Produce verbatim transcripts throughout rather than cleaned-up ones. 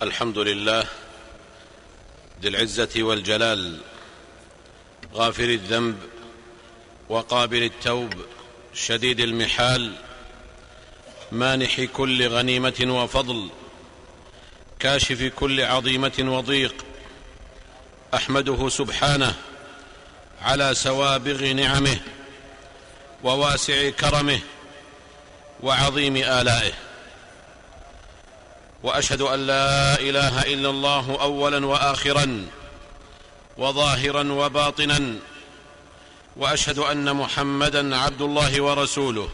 الحمد لله ذي العزة والجلال، غافر الذنب وقابل التوب، شديد المحال، مانح كل غنيمة وفضل، كاشف كل عظيمة وضيق. أحمده سبحانه على سوابغ نعمه وواسع كرمه وعظيم آلائه، وأشهد أن لا إله إلا الله أولا وآخرا وظاهرا وباطنا، وأشهد أن محمدا عبد الله ورسوله،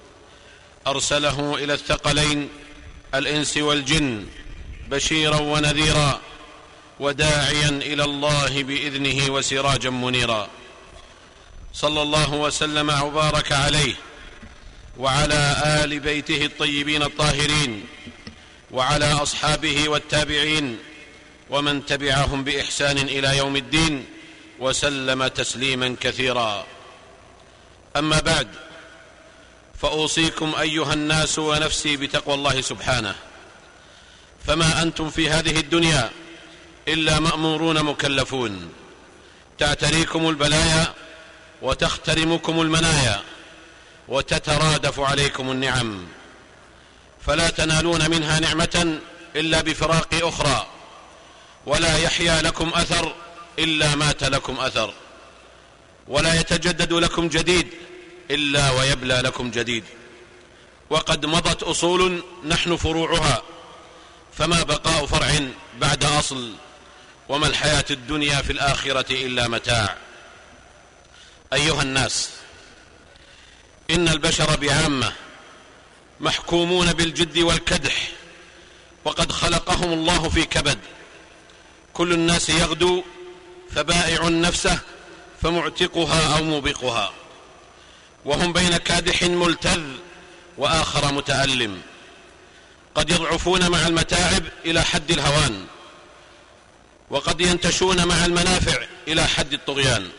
أرسله إلى الثقلين الإنس والجن بشيرا ونذيرا وداعيا إلى الله بإذنه وسراجا منيرا. صلى الله وسلم وبارك عليه وعلى آل بيته الطيبين الطاهرين وعلى أصحابه والتابعين ومن تبعهم بإحسان إلى يوم الدين، وسلم تسليما كثيرا. أما بعد، فأوصيكم أيها الناس ونفسي بتقوى الله سبحانه، فما أنتم في هذه الدنيا إلا مأمورون مكلفون، تعتريكم البلايا وتخترمكم المنايا وتترادف عليكم النعم، فلا تنالون منها نعمة إلا بفراق أخرى، ولا يحيا لكم أثر إلا مات لكم أثر، ولا يتجدد لكم جديد إلا ويبلى لكم جديد. وقد مضت أصول نحن فروعها، فما بقاء فرع بعد أصل، وما الحياة الدنيا في الآخرة إلا متاع. أيها الناس، إن البشر بعامة محكومون بالجد والكدح، وقد خلقهم الله في كبد. كل الناس يغدو فبائع نفسه فمعتقها أو موبقها، وهم بين كادح ملتذ وآخر متألم. قد يضعفون مع المتاعب إلى حد الهوان، وقد ينتشون مع المنافع إلى حد الطغيان.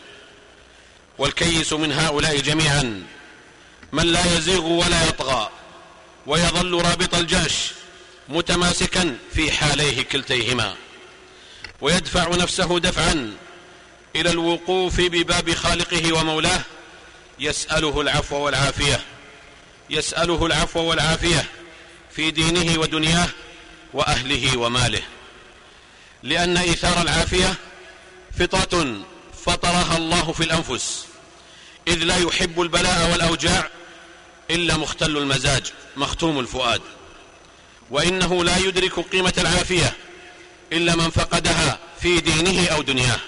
والكيس من هؤلاء جميعا من لا يزيغ ولا يطغى، ويظل رابط الجأش متماسكا في حاليه كلتيهما، ويدفع نفسه دفعا إلى الوقوف بباب خالقه ومولاه، يسأله العفو والعافية، يسأله العفو والعافية في دينه ودنياه وأهله وماله، لأن إيثار العافية فطرة فطرها الله في الأنفس، إذ لا يحب البلاء والأوجاع إلا مختل المزاج مختوم الفؤاد، وإنه لا يدرك قيمة العافية إلا من فقدها في دينه أو دنياه.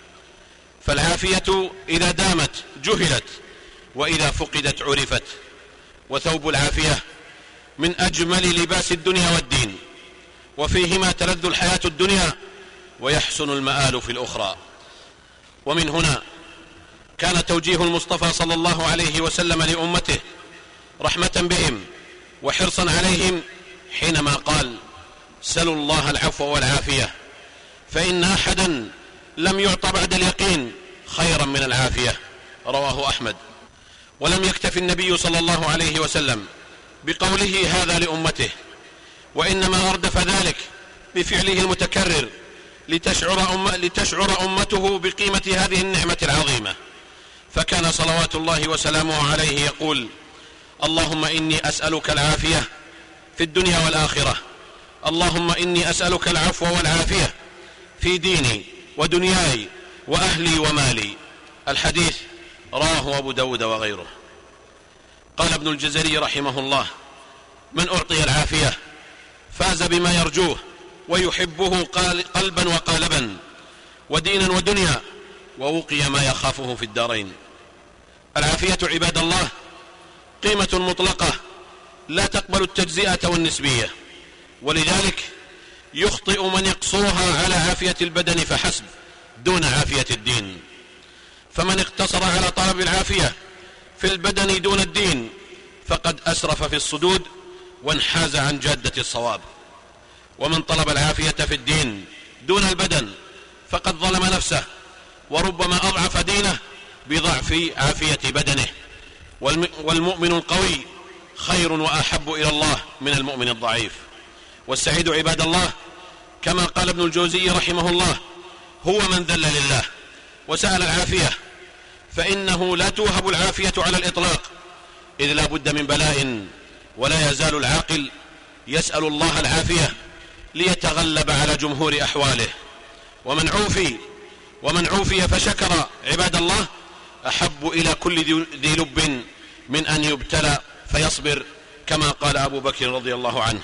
فالعافية إذا دامت جهلت، وإذا فقدت عرفت. وثوب العافية من أجمل لباس الدنيا والدين، وفيهما تلذ الحياة الدنيا ويحسن المآل في الأخرى. ومن هنا كان توجيه المصطفى صلى الله عليه وسلم لأمته رحمة بهم وحرصا عليهم حينما قال: سلوا الله العفو والعافية، فإن أحدا لم يعط بعد اليقين خيرا من العافية. رواه أحمد. ولم يكتف النبي صلى الله عليه وسلم بقوله هذا لأمته، وإنما أردف ذلك بفعله المتكرر لتشعر, أم لتشعر أمته بقيمة هذه النعمة العظيمة. فكان صلوات الله وسلامه عليه يقول: اللهم إني أسألك العافية في الدنيا والآخرة، اللهم إني أسألك العفو والعافية في ديني ودنياي وأهلي ومالي. الحديث رواه أبو داود وغيره. قال ابن الجزري رحمه الله: من أعطي العافية فاز بما يرجوه ويحبه قلبا وقالبا، ودينا ودنيا، ووقي ما يخافه في الدارين. العافية عباد الله قيمة مطلقة لا تقبل التجزئة والنسبية، ولذلك يخطئ من يقصرها على عافية البدن فحسب دون عافية الدين. فمن اقتصر على طلب العافية في البدن دون الدين فقد أسرف في الصدود وانحاز عن جادة الصواب. ومن طلب العافية في الدين دون البدن فقد ظلم نفسه، وربما أضعف دينه بضعف عافية بدنه. والمؤمن القوي خير وأحب إلى الله من المؤمن الضعيف. والسعيد عباد الله كما قال ابن الجوزي رحمه الله: هو من ذل لله وسأل العافية، فإنه لا توهب العافية على الإطلاق، إذ لا بد من بلاء، ولا يزال العاقل يسأل الله العافية ليتغلب على جمهور أحواله. ومن عوفي ومن عوفي فشكر عباد الله أحب إلى كل ذي لب من أن يبتلى فيصبر، كما قال أبو بكر رضي الله عنه.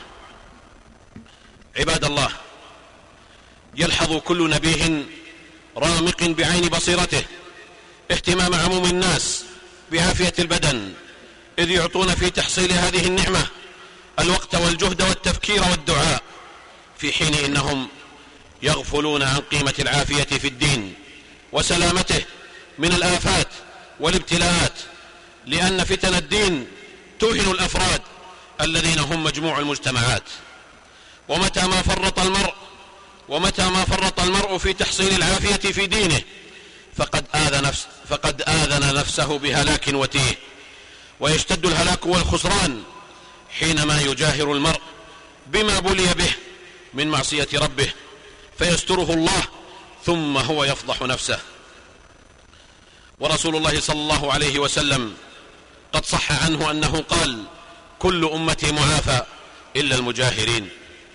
عباد الله، يلحظ كل نبيه رامق بعين بصيرته اهتمام عموم الناس بعافية البدن، إذ يعطون في تحصيل هذه النعمة الوقت والجهد والتفكير والدعاء، في حين إنهم يغفلون عن قيمة العافية في الدين وسلامته من الآفات والابتلاءات، لأن فتن الدين توهن الأفراد الذين هم مجموع المجتمعات. ومتى ما فرط المرء ومتى ما فرط المرء في تحصيل العافية في دينه فقد آذى نفس فقد آذن نفسه بهلاك وتيه، ويشتد الهلاك والخسران حينما يجاهر المرء بما بلي به من معصية ربه فيستره الله ثم هو يفضح نفسه. ورسول الله صلى الله عليه وسلم قد صح عنه أنه قال: كل أمتي معافى إلا المجاهرين.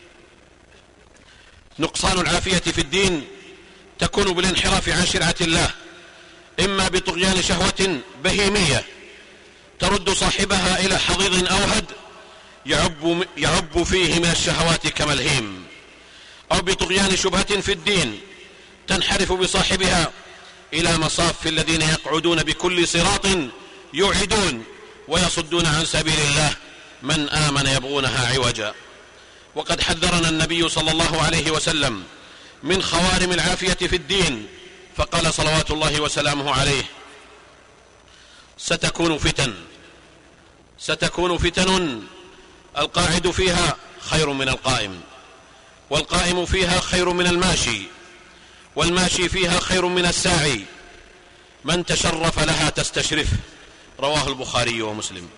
نقصان العافية في الدين تكون بالانحراف عن شرعة الله، إما بطغيان شهوة بهيمية ترد صاحبها إلى حضيض أوهد يعب, يعب فيه من الشهوات كما الهيم، أو بطغيان شبهة في الدين تنحرف بصاحبها إلى مصاف الذين يقعدون بكل صراط يوعدون ويصدون عن سبيل الله من آمن يبغونها عوجا. وقد حذرنا النبي صلى الله عليه وسلم من خوارم العافية في الدين، فقال صلوات الله وسلامه عليه: ستكون فتن ستكون فتن القاعد فيها خير من القائم، والقائم فيها خير من الماشي، والماشي فيها خير من الساعي، من تشرف لها تستشرف. رواه البخاري ومسلم.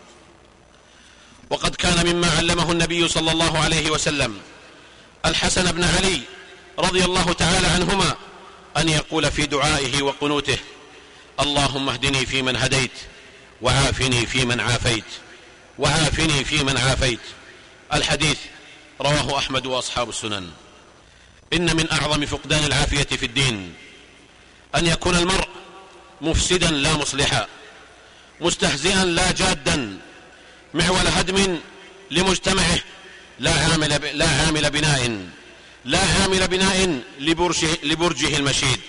وقد كان مما علمه النبي صلى الله عليه وسلم الحسن بن علي رضي الله تعالى عنهما أن يقول في دعائه وقنوته: اللهم اهدني فيمن هديت، وعافني فيمن عافيت، وعافني فيمن عافيت. الحديث رواه أحمد وأصحاب السنن. إن من أعظم فقدان العافية في الدين أن يكون المرء مفسدا لا مصلحا، مستهزئا لا جادا، معول هدم لمجتمعه، لا عامل, لا عامل بناء لا عامل بناء لبرجه, لبرجه المشيد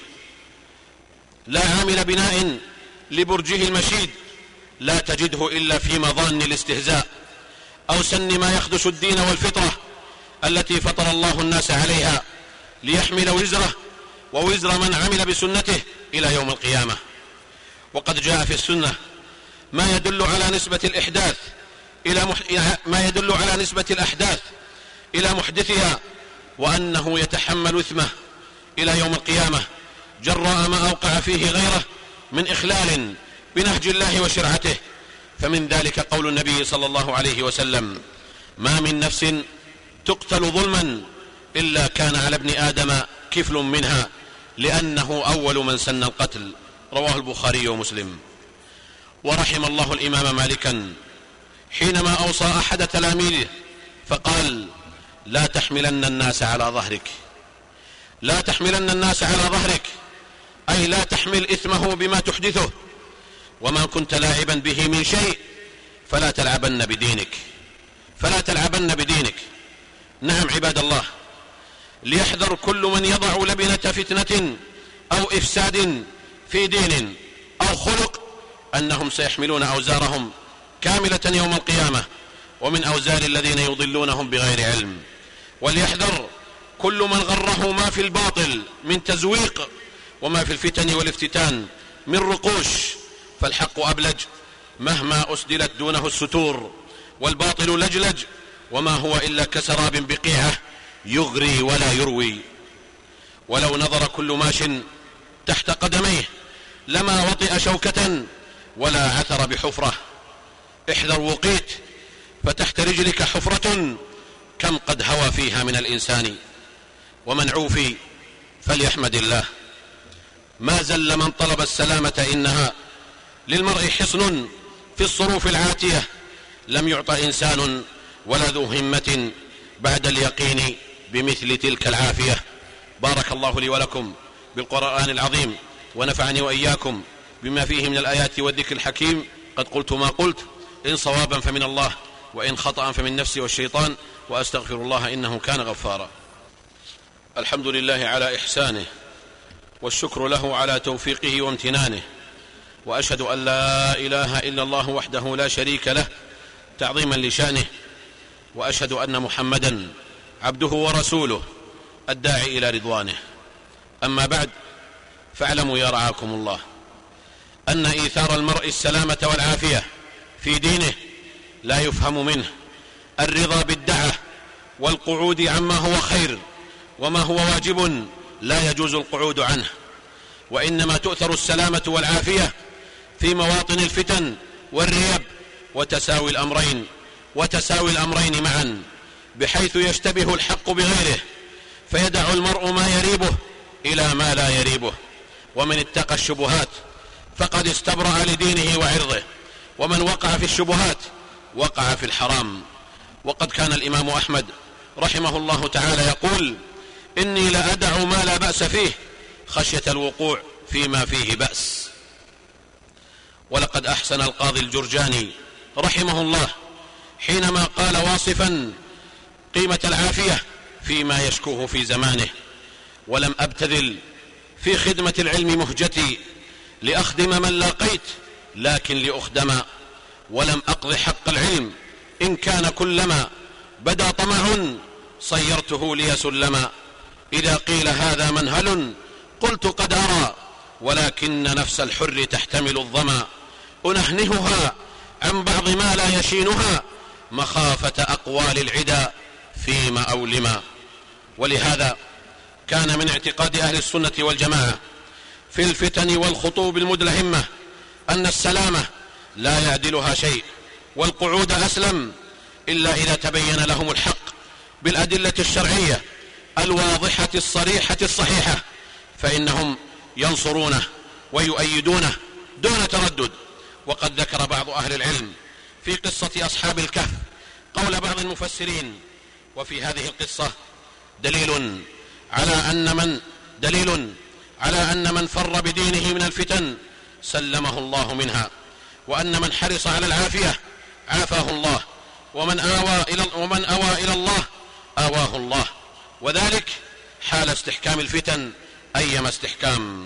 لا عامل بناء لبرجه المشيد لا تجده إلا في مظان الاستهزاء أو سن ما يخدش الدين والفطرة التي فطر الله الناس عليها، ليحمل وزره ووزر من عمل بسنته إلى يوم القيامة. وقد جاء في السنة ما يدل على نسبة الإحداث إلى مح... ما يدل على نسبة الأحداث إلى محدثها، وأنه يتحمل إثمه إلى يوم القيامة جراء ما أوقع فيه غيره من إخلال بنهج الله وشرعته. فمن ذلك قول النبي صلى الله عليه وسلم: ما من نفس تقتل ظلما إلا كان على ابن آدم كفل منها، لأنه أول من سن القتل. رواه البخاري ومسلم. ورحم الله الإمام مالكا حينما أوصى أحد تلاميذه فقال: لا تحملن الناس على ظهرك لا تحملن الناس على ظهرك أي لا تحمل إثمه بما تحدثه، وما كنت لاعبا به من شيء فلا تلعبن بدينك فلا تلعبن بدينك. نعم عباد الله، ليحذر كل من يضع لبنة فتنة أو إفساد في دين أو خلق أنهم سيحملون أوزارهم كاملة يوم القيامة، ومن أوزار الذين يضلونهم بغير علم. وليحذر كل من غره ما في الباطل من تزويق، وما في الفتن والافتتان من رقوش، فالحق أبلج مهما أسدلت دونه الستور، والباطل لجلج وما هو إلا كسراب بقيعة يغري ولا يروي. ولو نظر كل ماش تحت قدميه لما وطئ شوكة ولا عثر بحفرة. احذر وقيت فتحت رجلك حفرة كم قد هوى فيها من الإنسان. ومن عوفي فليحمد الله. ما زل من طلب السلامة إنها للمرء حصن في الصروف العاتية لم يعط إنسان ولا ذو همة بعد اليقين بمثل تلك العافية. بارك الله لي ولكم بالقرآن العظيم، ونفعني وإياكم بما فيه من الآيات والذكر الحكيم. قد قلت ما قلت، إن صوابا فمن الله وإن خطأ فمن نفسي والشيطان، وأستغفر الله إنه كان غفارا. الحمد لله على إحسانه، والشكر له على توفيقه وامتنانه، وأشهد أن لا إله إلا الله وحده لا شريك له تعظيما لشأنه، وأشهد أن محمدا عبده ورسوله الداعي إلى رضوانه. أما بعد، فاعلموا يا رعاكم الله أن إيثار المرء السلامة والعافية في دينه لا يفهم منه الرضا بالدعة والقعود عما هو خير، وما هو واجب لا يجوز القعود عنه، وإنما تؤثر السلامة والعافية في مواطن الفتن والريب وتساوي الأمرين وتساوي الأمرين معا، بحيث يشتبه الحق بغيره فيدع المرء ما يريبه إلى ما لا يريبه. ومن اتقى الشبهات فقد استبرأ لدينه وعرضه، ومن وقع في الشبهات وقع في الحرام. وقد كان الإمام أحمد رحمه الله تعالى يقول: إني لأدع ما لا بأس فيه خشية الوقوع فيما فيه بأس. ولقد أحسن القاضي الجرجاني رحمه الله حينما قال واصفا قيمة العافية فيما يشكوه في زمانه: ولم أبتذل في خدمة العلم مهجتي لأخدم من لاقيت لكن لأخدم، ولم أقض حق العلم إن كان كلما بدا طمع صيرته لي سلما. إذا قيل هذا منهل قلت قد أرى، ولكن نفس الحر تحتمل الظما. أنهنهها عن بعض ما لا يشينها مخافة أقوال العدا فيما أولما. ولهذا كان من اعتقاد أهل السنة والجماعة في الفتن والخطوب المدلهمة أن السلامة لا يعدلها شيء، والقعود أسلم، إلا إذا تبين لهم الحق بالأدلة الشرعية الواضحة الصريحة الصحيحة، فإنهم ينصرونه ويؤيدونه دون تردد. وقد ذكر بعض أهل العلم في قصة أصحاب الكهف قول بعض المفسرين: وفي هذه القصة دليل على أن من دليل على أن من فر بدينه من الفتن سلمه الله منها، وأن من حرص على العافية عافاه الله، ومن آوى إلى ومن آوى إلى الله آواه الله، وذلك حال استحكام الفتن أيما استحكام.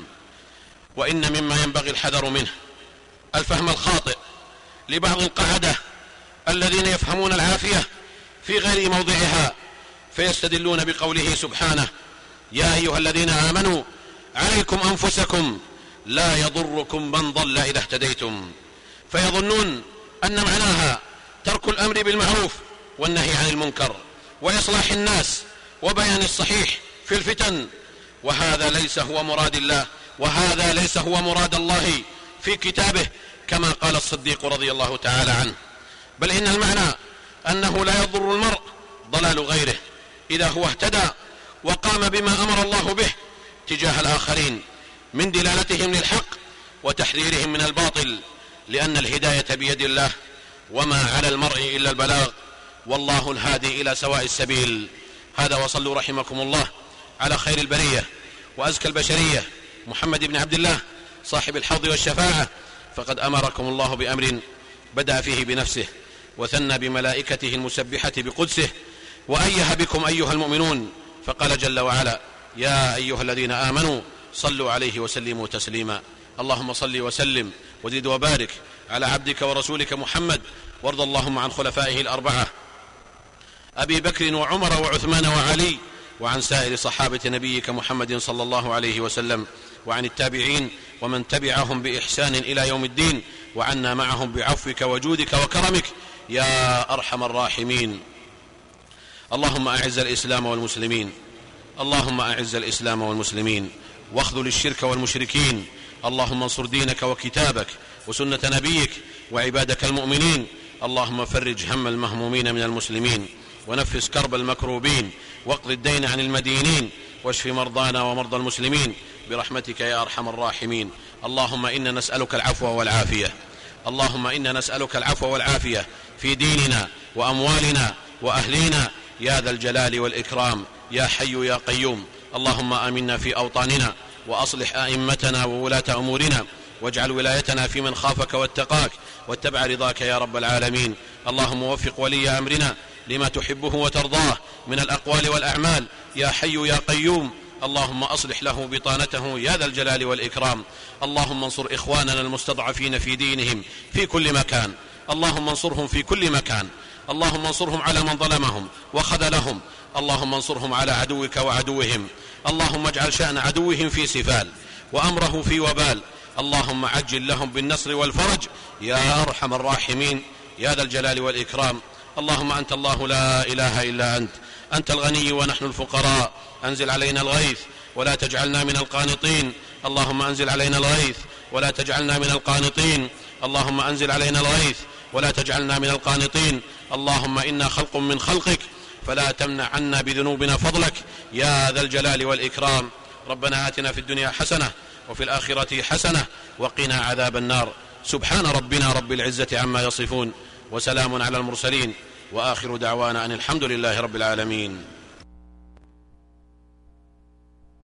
وإن مما ينبغي الحذر منه الفهم الخاطئ لبعض القعدة الذين يفهمون العافية في غير موضعها، فيستدلون بقوله سبحانه: يا أيها الذين آمنوا عليكم أنفسكم لا يضركم من ضل إذا اهتديتم، فيظنون أن معناها ترك الأمر بالمعروف والنهي عن المنكر وإصلاح الناس وبيان الصحيح في الفتن، وهذا ليس هو مراد الله، وهذا ليس هو مراد الله في كتابه كما قال الصديق رضي الله تعالى عنه، بل إن المعنى أنه لا يضر المرء ضلال غيره إذا هو اهتدى وقام بما أمر الله به تجاه الآخرين من دلالتهم للحق وتحذيرهم من الباطل، لأن الهداية بيد الله وما على المرء إلا البلاغ، والله الهادي إلى سواء السبيل. هذا، وصلوا رحمكم الله على خير البرية وأزكى البشرية محمد بن عبد الله صاحب الحوض والشفاعة، فقد أمركم الله بأمر بدأ فيه بنفسه وثنى بملائكته المسبحة بقدسه، وأيه بكم أيها المؤمنون، فقال جل وعلا: يا أيها الذين آمنوا صلوا عليه وسلموا تسليما. اللهم صل وسلم وزد وبارك على عبدك ورسولك محمد، وارض اللهم عن خلفائه الأربعة أبي بكر وعمر وعثمان وعلي، وعن سائر صحابة نبيك محمد صلى الله عليه وسلم، وعن التابعين ومن تبعهم بإحسان إلى يوم الدين، وعنا معهم بعفوك وجودك وكرمك يا أرحم الراحمين. اللهم أعز الإسلام والمسلمين، اللهم أعز الإسلام والمسلمين واخذل الشرك والمشركين. اللهم انصر دينك وكتابك وسنة نبيك وعبادك المؤمنين. اللهم فرج هم المهمومين من المسلمين، ونفس كرب المكروبين، واقض الدين عن المدينين. واشف مرضانا ومرضى المسلمين برحمتك يا أرحم الراحمين. اللهم إنا نسألك العفو والعافية اللهم إنا نسألك العفو والعافية في ديننا وأموالنا وأهلينا يا ذا الجلال والإكرام يا حي يا قيوم. اللهم آمنا في أوطاننا وأصلح أئمتنا وولاة أمورنا واجعل ولايتنا في من خافك واتقاك واتبع رضاك يا رب العالمين. اللهم وفق ولي أمرنا لما تحبه وترضاه من الأقوال والأعمال يا حي يا قيوم. اللهم أصلح له بطانته يا ذا الجلال والإكرام. اللهم انصر إخواننا المستضعفين في دينهم في كل مكان. اللهم انصرهم في كل مكان. اللهم انصرهم على من ظلمهم وخذلهم. اللهم انصرهم على عدوك وعدوهم. اللهم اجعل شأن عدوهم في سفال وأمره في وبال. اللهم عجل لهم بالنصر والفرج يا أرحم الراحمين يا ذا الجلال والإكرام. اللهم أنت الله لا إله إلا أنت أنت الغني ونحن الفقراء. أنزل علينا الغيث ولا تجعلنا من القانطين. اللهم أنزل علينا الغيث ولا تجعلنا من القانطين. اللهم أنزل علينا الغيث ولا تجعلنا من القانطين. اللهم إنا خلق من خلقك فلا تمنع عنا بذنوبنا فضلك يا ذا الجلال والإكرام. ربنا آتنا في الدنيا حسنة وفي الآخرة حسنة وقنا عذاب النار. سبحان ربنا رب العزة عما يصفون وسلام على المرسلين وآخر دعوانا أن الحمد لله رب العالمين.